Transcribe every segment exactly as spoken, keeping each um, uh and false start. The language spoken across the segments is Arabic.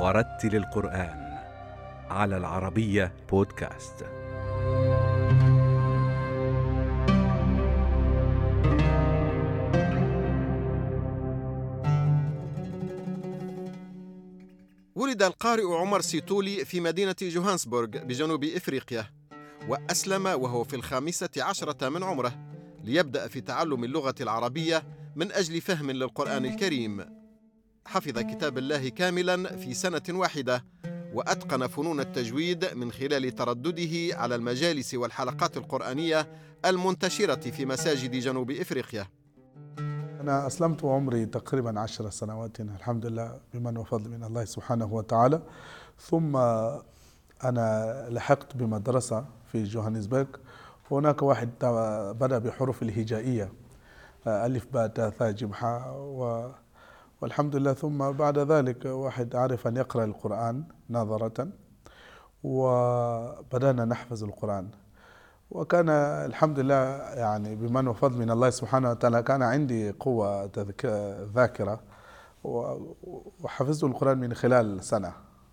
ورتل القرآن على العربية بودكاست. ولد القارئ عمر سيتولي في مدينة جوهانسبورغ بجنوب إفريقيا، وأسلم وهو في الخامسة عشرة من عمره ليبدأ في تعلم اللغة العربية من أجل فهم للقرآن الكريم. حفظ كتاب الله كاملا في سنة واحدة، وأتقن فنون التجويد من خلال تردده على المجالس والحلقات القرآنية المنتشرة في مساجد جنوب إفريقيا. أنا أسلمت وعمري تقريبا عشر سنوات الحمد لله بمن وفضل من الله سبحانه وتعالى. ثم أنا لحقت بمدرسة في جوهانسبرغ، هناك واحد بدأ بحروف الهجائية ألف باء تاء ثاء جيم حاء و... والحمد لله. ثم بعد ذلك واحد عرف أن يقرأ القرآن نظرة، وبدأنا نحفظ القرآن، وكان الحمد لله يعني بمن وفضل من الله سبحانه وتعالى كان عندي قوة ذاكرة، وحفظت القرآن من خلال سنة،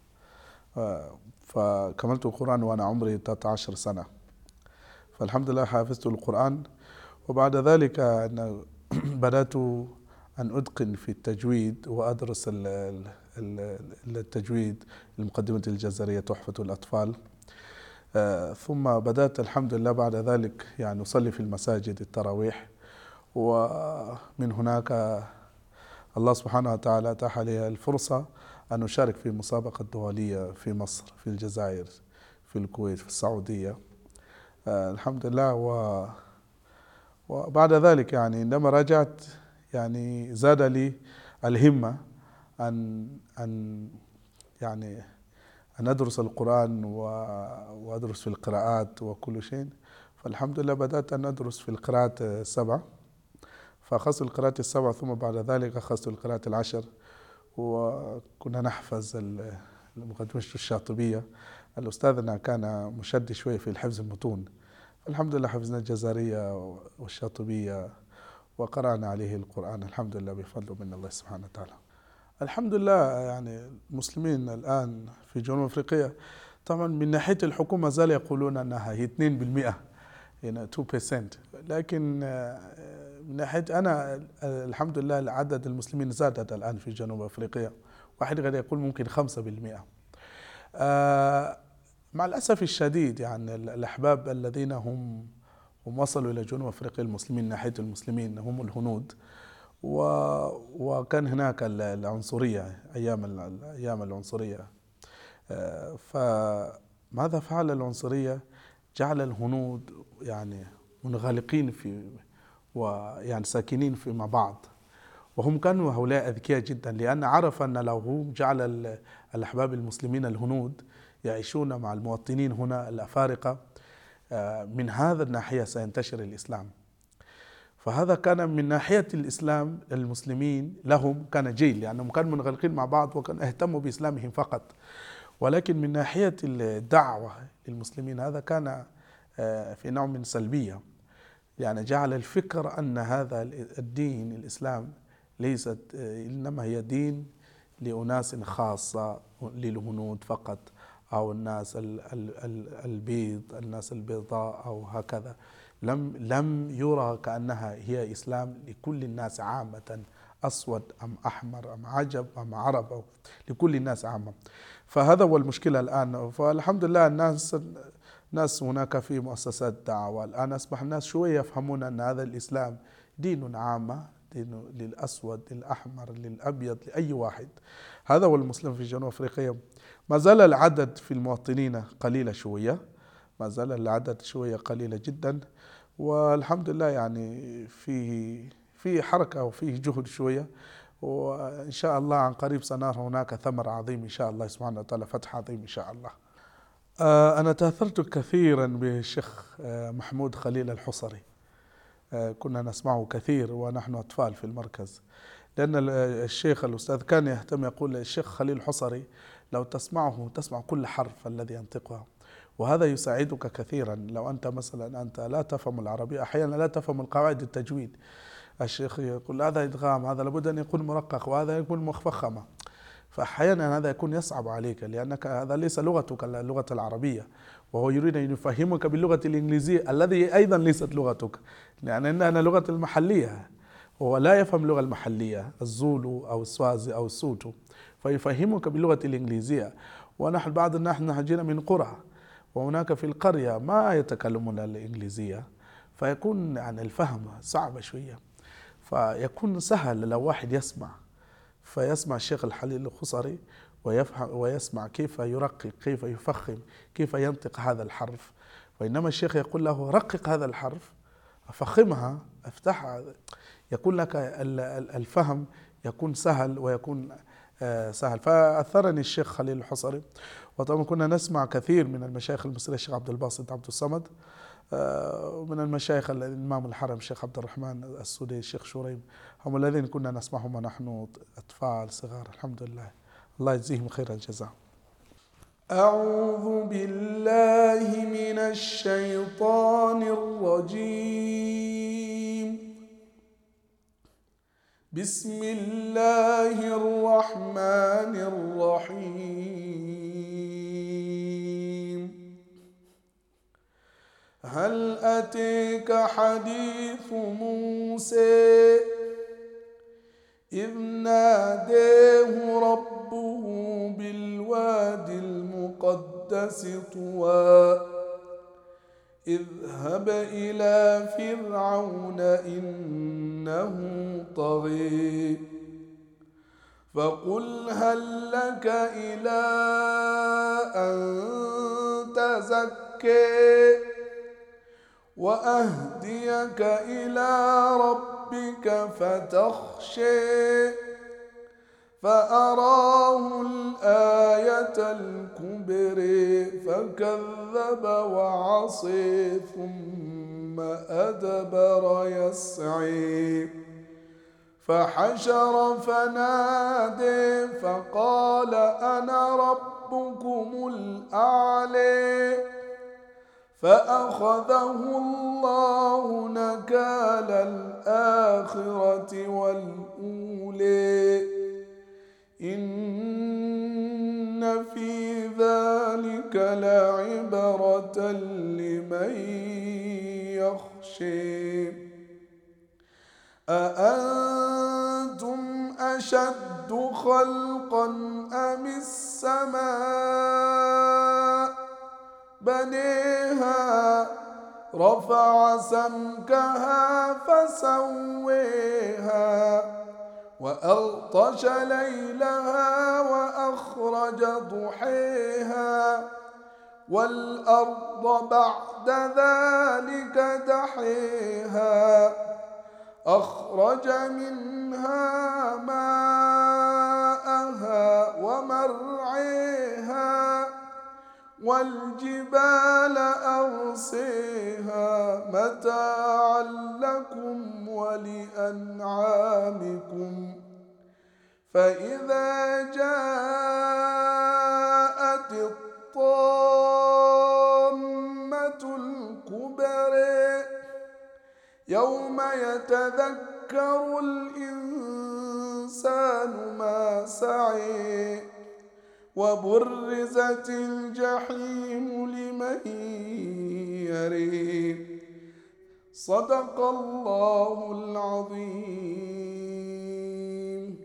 فكملت القرآن وأنا عمري ثلاثة عشر سنة، فالحمد لله حفظت القرآن. وبعد ذلك بدأت أن أتقن في التجويد وأدرس التجويد، المقدمة الجزرية، تحفة الأطفال. ثم بدأت الحمد لله بعد ذلك يعني أصلي في المساجد التراويح، ومن هناك الله سبحانه وتعالى أتاح لي الفرصة أن أشارك في مسابقة دولية في مصر، في الجزائر، في الكويت، في السعودية الحمد لله. و وبعد ذلك يعني عندما رجعت يعني زاد لي الهمة أن أن يعني أن أدرس القرآن وأدرس في القراءات وكل شيء. فالحمد لله بدأت أن أدرس في القراءات السبع، فأخذت القراءات السبع، ثم بعد ذلك أخذت القراءات العشر، وكنا نحفظ المقدمة الشاطبية. الأستاذنا كان مشد شوي في الحفظ المتون، الحمد لله حفظنا الجزرية والشاطبية وقرأنا عليه القرآن الحمد لله بفضل من الله سبحانه وتعالى. الحمد لله يعني المسلمين الآن في جنوب أفريقيا طبعا من ناحية الحكومة زال يقولون أنها هي اثنين بالمئة، يعني اثنين بالمئة، لكن من ناحية أنا الحمد لله عدد المسلمين زادت الآن في جنوب أفريقيا، واحد غير يقول ممكن خمسة بالمئة. مع الأسف الشديد يعني الأحباب الذين هم هم وصلوا إلى جنوب أفريقيا المسلمين ناحية المسلمين هم الهنود، و... وكان هناك العنصرية أيام أيام العنصرية. فماذا فعل العنصرية؟ جعل الهنود يعني منغلقين في ويعني ساكنين في مع بعض، وهم كانوا هؤلاء أذكياء جدا، لأن عرف أن لو هم جعل الأحباب المسلمين الهنود يعيشون مع المواطنين هنا الأفارقة، من هذا الناحية سينتشر الإسلام. فهذا كان من ناحية الإسلام المسلمين لهم كان جيل، لأنهم يعني كانوا منغلقين مع بعض وكانوا اهتموا بإسلامهم فقط، ولكن من ناحية الدعوة للمسلمين هذا كان في نوع من سلبية، يعني جعل الفكر أن هذا الدين الإسلام ليست إنما هي دين لأناس خاصة، للهنود فقط، أو الناس البيض، الناس البيضاء أو هكذا. لم لم يرى كأنها هي إسلام لكل الناس عامة، أسود أم أحمر أم عجب أم عرب، أو لكل الناس عامة. فهذا هو المشكلة الآن. فالحمد لله الناس ناس هناك في مؤسسات دعوة الآن أصبح الناس شوية يفهمون أن هذا الإسلام دين عامة، دين للأسود للأحمر للأبيض لأي واحد. هذا هو المسلم في جنوب أفريقيا. ما زال العدد في المواطنين قليلة شوية، ما زال العدد شوية قليلة جدا، والحمد لله يعني فيه في حركة وفيه جهد شوية، وإن شاء الله عن قريب سنرى هناك ثمر عظيم إن شاء الله سبحانه وتعالى، فتح عظيم إن شاء الله. أنا تأثرت كثيرا بالشيخ محمود خليل الحصري، كنا نسمعه كثير ونحن أطفال في المركز، لأن الشيخ الأستاذ كان يهتم يقول الشيخ خليل الحصري لو تسمعه تسمع كل حرف الذي ينطقه، وهذا يساعدك كثيرا. لو أنت مثلا أنت لا تفهم العربية أحيانا لا تفهم القواعد التجويد، الشيخ يقول هذا إدغام، هذا لابد أن يكون مرقق، وهذا يكون مفخمة، فأحيانا هذا يكون يصعب عليك لأنك هذا ليس لغتك اللغة العربية، وهو يريد أن يفهمك باللغة الإنجليزية الذي أيضا ليست لغتك، لأن عندنا لغة المحلية، هو لا يفهم اللغة المحلية الزولو أو السوازي أو السوتو، فيفهمك باللغة الإنجليزية. ونحن بعض نحن جينا من قرى، وهناك في القرية ما يتكلمون الإنجليزية، فيكون يعني الفهم صعب شوية. فيكون سهل لو واحد يسمع، فيسمع الشيخ الحليل الخصري ويفهم ويسمع كيف يرقق، كيف يفخم، كيف ينطق هذا الحرف. وإنما الشيخ يقول له رقق هذا الحرف، فخمها، افتحها، يكون لك الفهم يكون سهل ويكون سهل. فأثرني الشيخ خليل الحصري. وطبعا كنا نسمع كثير من المشايخ المصريين، الشيخ عبد الباسط عبد الصمد، ومن المشايخ الإمام الحرم الشيخ عبد الرحمن السودي، الشيخ شوريم، هم الذين كنا نسمعهم ونحن أطفال صغار. الحمد لله، الله يجزيهم خير الجزاء. أعوذ بالله من الشيطان الرجيم. بسم الله الرحمن الرحيم. هل أتيك حديث موسى إذ ناداه ربه بالواد المقدس طوى اذهب إلى فرعون إنه طغى فقل هل لك إلى أن تزكي وأهديك إلى ربك فتخشى فأراه الآية الكبرى فكذب وعصى ثم أدبر يسعى فحشر فنادى فقال أنا ربكم الأعلى فأخذه الله نكال الآخرة والأولى إن في ذلك لعبرة لمن يخشى أأنتم أشد خلقا أم السماء بنيها رفع سمكها فسويها وأغطش ليلها وأخرج ضحيها والأرض بعد ذلك دحيها أخرج منها ماءها ومرعيها والجبال أرسيها متاعا لكم ولأنعامكم فإذا جاءت الطامة الكبرى يوم يتذكر الإنسان ما سعى وبرزت الجحيم لمن يرى صدق الله العظيم.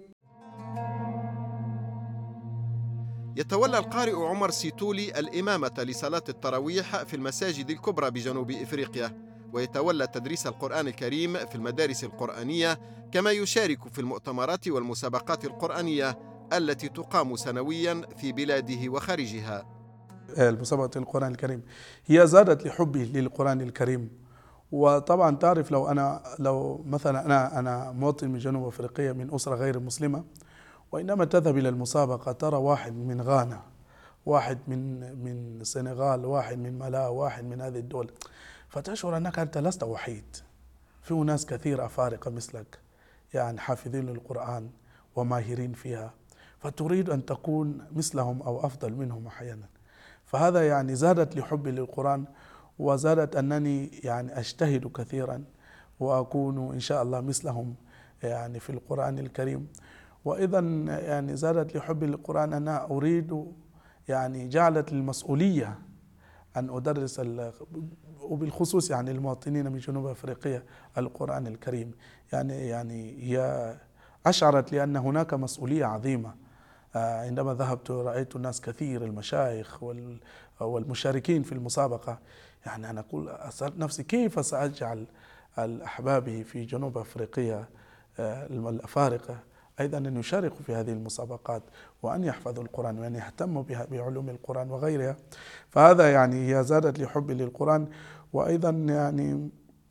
يتولى القارئ عمر سيتولي الإمامة لصلاة التراويح في المساجد الكبرى بجنوب إفريقيا، ويتولى تدريس القرآن الكريم في المدارس القرآنية، كما يشارك في المؤتمرات والمسابقات القرآنية التي تقام سنويا في بلاده وخارجها. المسابقة القرآن الكريم هي زادت لحبي للقرآن الكريم. وطبعا تعرف لو أنا لو مثلا أنا أنا مواطن من جنوب أفريقيا من أسرة غير مسلمة، وإنما تذهب إلى المسابقة ترى واحد من غانا، واحد من من السنغال، واحد من ملاو، واحد من هذه الدول، فتشعر أنك أنت لست وحيد، في ناس كثير أفارقة مثلك يعني حافظين للقرآن وماهرين فيها، فتريد أن تكون مثلهم أو أفضل منهم أحيانا. فهذا يعني زادت لحبي للقرآن، وزادت أنني يعني أجتهد كثيرا وأكون إن شاء الله مثلهم يعني في القرآن الكريم. وإذا يعني زادت لي حبي للقرآن أنا أريد يعني جعلت المسؤولية أن أدرس وبالخصوص يعني المواطنين من جنوب أفريقيا القرآن الكريم. يعني يعني هي أشعرت لي أن هناك مسؤولية عظيمة. عندما ذهبت رأيت الناس كثير، المشايخ والمشاركين في المسابقة. يعني أنا أقول أسأل نفسي كيف سأجعل الأحباب في جنوب أفريقيا الأفارقة أيضا أن يشاركوا في هذه المسابقات وأن يحفظوا القرآن وأن يهتموا بعلوم القرآن وغيرها. فهذا يعني هي زادت لي حبي للقرآن. وأيضا يعني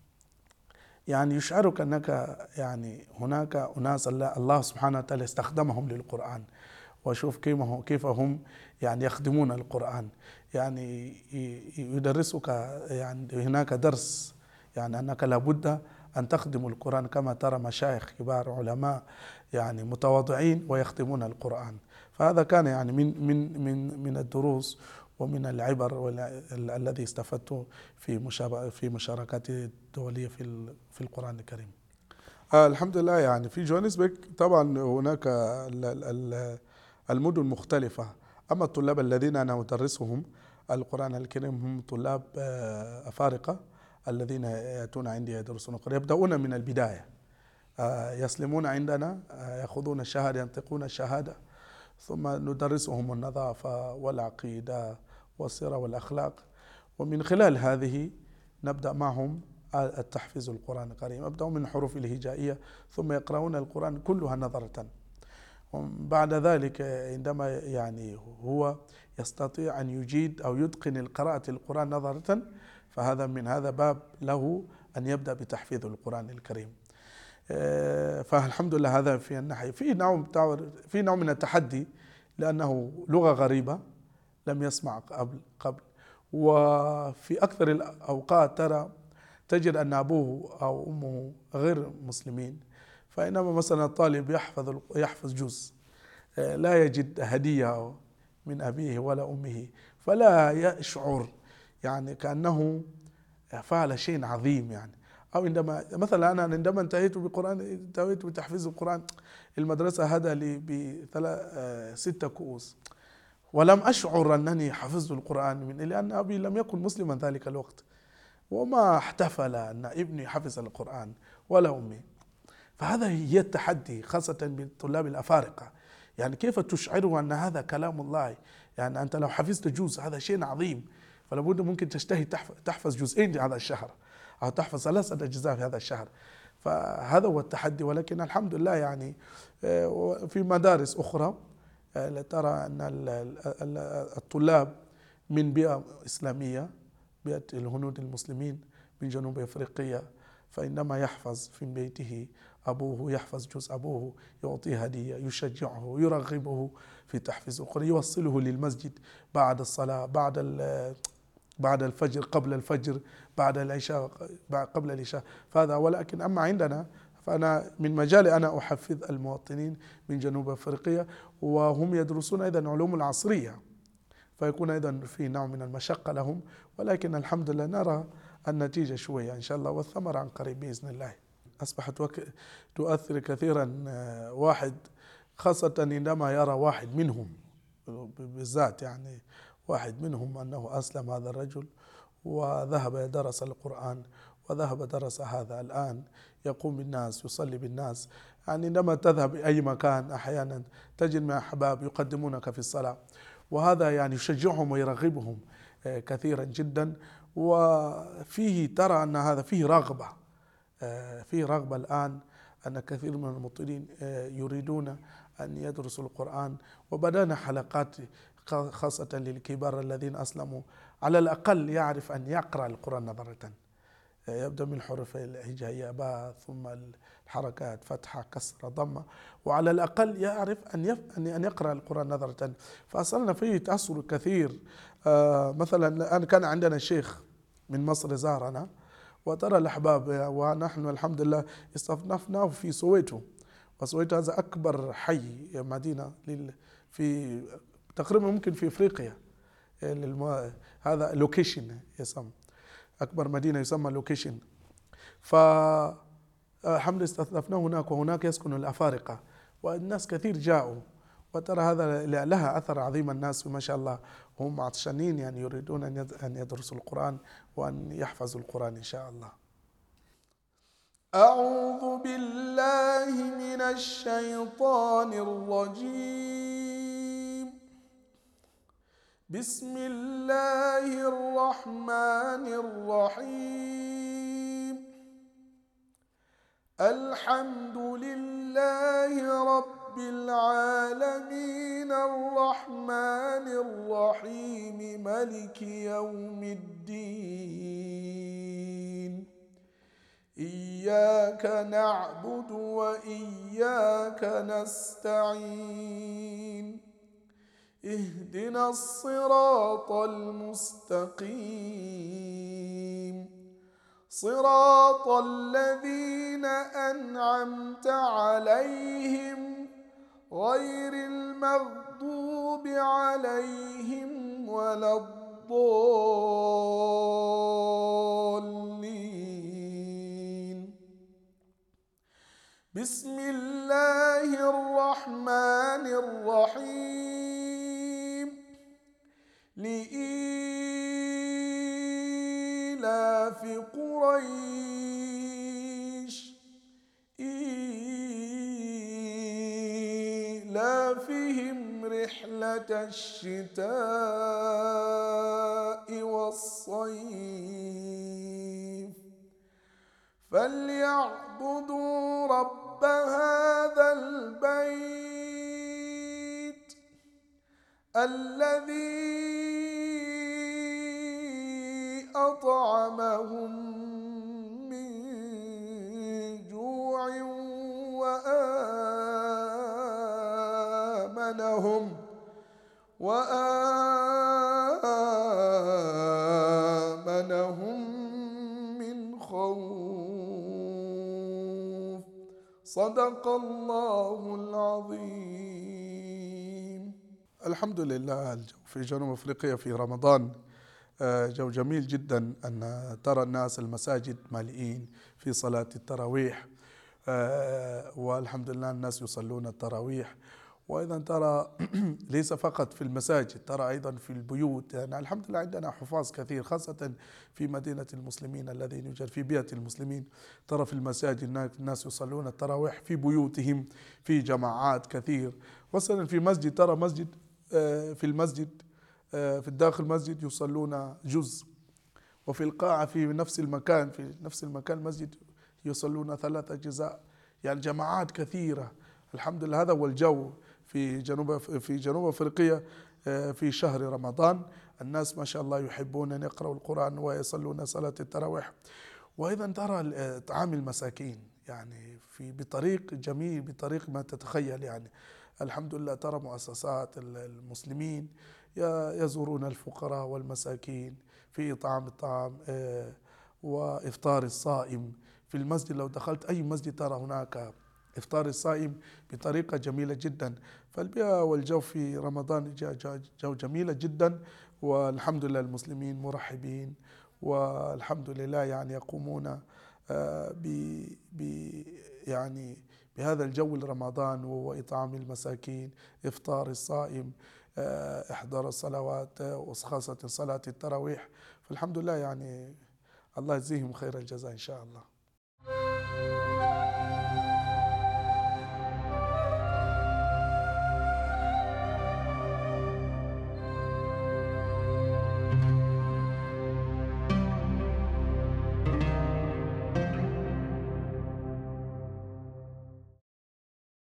يعني يشعرك أنك يعني هناك أناس الله سبحانه وتعالى استخدمهم للقرآن، وشوف كيف هم يعني يخدمون القرآن. يعني يدرسك يعني هناك درس يعني أنك لابد أن تخدم القرآن، كما ترى مشايخ كبار علماء يعني متواضعين ويخدمون القرآن. فهذا كان يعني من من من من الدروس ومن العبر الذي استفدته في في مشاركاتي الدولية في في القرآن الكريم. آه الحمد لله. يعني في جوهانسبرغ طبعا هناك المدن مختلفة، أما الطلاب الذين أنا أدرسهم القرآن الكريم هم طلاب أفارقة الذين يأتون عندي يدرسون القرآن، يبدأون من البداية، يسلمون عندنا، يأخذون الشهادة، ينطقون الشهادة، ثم ندرسهم النظافة والعقيدة والسيرة والأخلاق، ومن خلال هذه نبدأ معهم التحفيظ القرآن الكريم. يبدأون من الحروف الهجائية ثم يقرؤون القرآن كلها نظرة. بعد ذلك عندما يعني هو يستطيع أن يجيد أو يتقن القراءة القرآن نظرة، فهذا من هذا باب له أن يبدأ بتحفيظ القرآن الكريم. فالحمد لله هذا في الناحية. في نوع في نوع من التحدي لأنه لغة غريبة لم يسمع قبل قبل وفي أكثر الأوقات ترى تجد أن أبوه أو أمه غير مسلمين، فإنما مثلا الطالب يحفظ يحفظ جزء لا يجد هدية من أبيه ولا أمه، فلا يشعر يعني كأنه فعل شيء عظيم. يعني أو عندما مثلا أنا عندما انتهيت بالقرآن انتهيت بتحفيظ القرآن، المدرسة هدى لي بثلاث ستة كؤوس ولم أشعر أنني حفظت القرآن من لأن أبي لم يكن مسلما ذلك الوقت، وما احتفل أن ابني حفظ القرآن ولا أمي. فهذا هي التحدي خاصة بالطلاب الأفارقة. يعني كيف تشعره أن هذا كلام الله؟ يعني أنت لو حفظت جزء هذا شيء عظيم، فلابد ممكن تجتهد تحفظ جزئين هذا الشهر أو تحفظ ثلاثة أجزاء في هذا الشهر. فهذا هو التحدي. ولكن الحمد لله يعني في مدارس أخرى ترى أن الطلاب من بيئة إسلامية، بيئة الهنود المسلمين من جنوب أفريقيا، فإنما يحفظ في بيته أبوه يحفظ جزء، أبوه يعطيه هدية، يشجعه، يرغبه في تحفيظ القرآن، يوصله للمسجد بعد الصلاة، بعد بعد الفجر، قبل الفجر، بعد العشاء، قبل العشاء. فهذا. ولكن أما عندنا فأنا من مجالي أنا أحفظ المواطنين من جنوب أفريقيا، وهم يدرسون أيضا علوم العصرية، فيكون أيضا في نوع من المشقة لهم، ولكن الحمد لله نرى النتيجة شوية إن شاء الله والثمرة عن قريب بإذن الله. أصبحت تؤثر كثيرا واحد، خاصة عندما يرى واحد منهم بالذات، يعني واحد منهم أنه أسلم هذا الرجل وذهب درس القرآن وذهب درس هذا الآن يقوم بالناس، يصلي بالناس. يعني عندما تذهب أي مكان أحيانا تجد من أحباب يقدمونك في الصلاة، وهذا يعني يشجعهم ويرغبهم كثيرا جدا. وفيه ترى أن هذا فيه رغبة، فيه رغبة الآن أن كثير من المطلين يريدون أن يدرسوا القرآن، وبدأنا حلقات خاصة للكبار الذين أسلموا على الأقل يعرف أن يقرأ القرآن نظرة، يبدأ من الحروف الهجائية باء ثم الحركات فتحة كسرة ضمة، وعلى الأقل يعرف أن أن يقرأ القرآن نظرة. فأصلنا فيه تأثر كثير. مثلا أنا كان عندنا شيخ من مصر زارنا، وترى الأحباب ونحن الحمد لله استضفناه في سويتو، وسويتو هذا أكبر حي مدينة في تقريبا ممكن في إفريقيا، هذا لوكيشن يسمى أكبر مدينة يسمى لوكيشن. فالحمد لله استضفناه هناك، وهناك يسكن الأفارقة، والناس كثير جاءوا، وترى هذا لها أثر عظيم. الناس ما شاء الله هم عطشانين، يعني يريدون أن يدرسوا القرآن وأن يحفظوا القرآن إن شاء الله. أعوذ بالله من الشيطان الرجيم. بسم الله الرحمن الرحيم. الحمد لله رب العالمين الرحمن الرحيم ملك يوم الدين. إياك نعبد وإياك نستعين. اهدنا الصراط المستقيم، صراط الذين أنعمت عليهم غير المغضوب عليهم ولا الضالين. بسم الله الرحمن الرحيم. لإيلاف قريش إيلافهم رحلة الشتاء والصيف فليعبدوا رب هذا البيت الذي أطعمهم من جوع وآمنهم وآمنهم من خوف. صدق الله العظيم. الحمد لله. الجو في جنوب أفريقيا في رمضان جو جميل جدا، أن ترى الناس المساجد مالئين في صلاة التراويح، والحمد لله الناس يصلون التراويح. وأيضا ترى ليس فقط في المساجد، ترى أيضا في البيوت. يعني الحمد لله عندنا حفاظ كثير، خاصة في مدينة المسلمين الذين يوجد في بيئة المسلمين. ترى في المساجد الناس يصلون التراويح في بيوتهم في جماعات كثير. مثلا في مسجد، ترى مسجد في المسجد في الداخل مسجد يصلون جزء، وفي القاعة في نفس المكان في نفس المكان مسجد يصلون ثلاث أجزاء، يعني جماعات كثيرة. الحمد لله هذا هو الجو في جنوب في جنوب أفريقيا في شهر رمضان. الناس ما شاء الله يحبون أن يقرأوا القرآن ويصلون صلاة التراويح. وأيضا ترى طعام المساكين يعني في بطريق جميل، بطريق ما تتخيل. يعني الحمد لله ترى مؤسسات المسلمين يزورون الفقراء والمساكين في إطعام الطعام وإفطار الصائم في المسجد. لو دخلت أي مسجد ترى هناك إفطار الصائم بطريقة جميلة جدا. فالبيئة والجو في رمضان جو جميلة جدا، والحمد لله المسلمين مرحبين، والحمد لله يعني يقومون ب يعني بهذا الجو لرمضان، وهو إطعام المساكين، إفطار الصائم، إحضار الصلوات وخاصة صلاة التراويح. فالحمد لله يعني الله يجزيهم خير الجزاء إن شاء الله.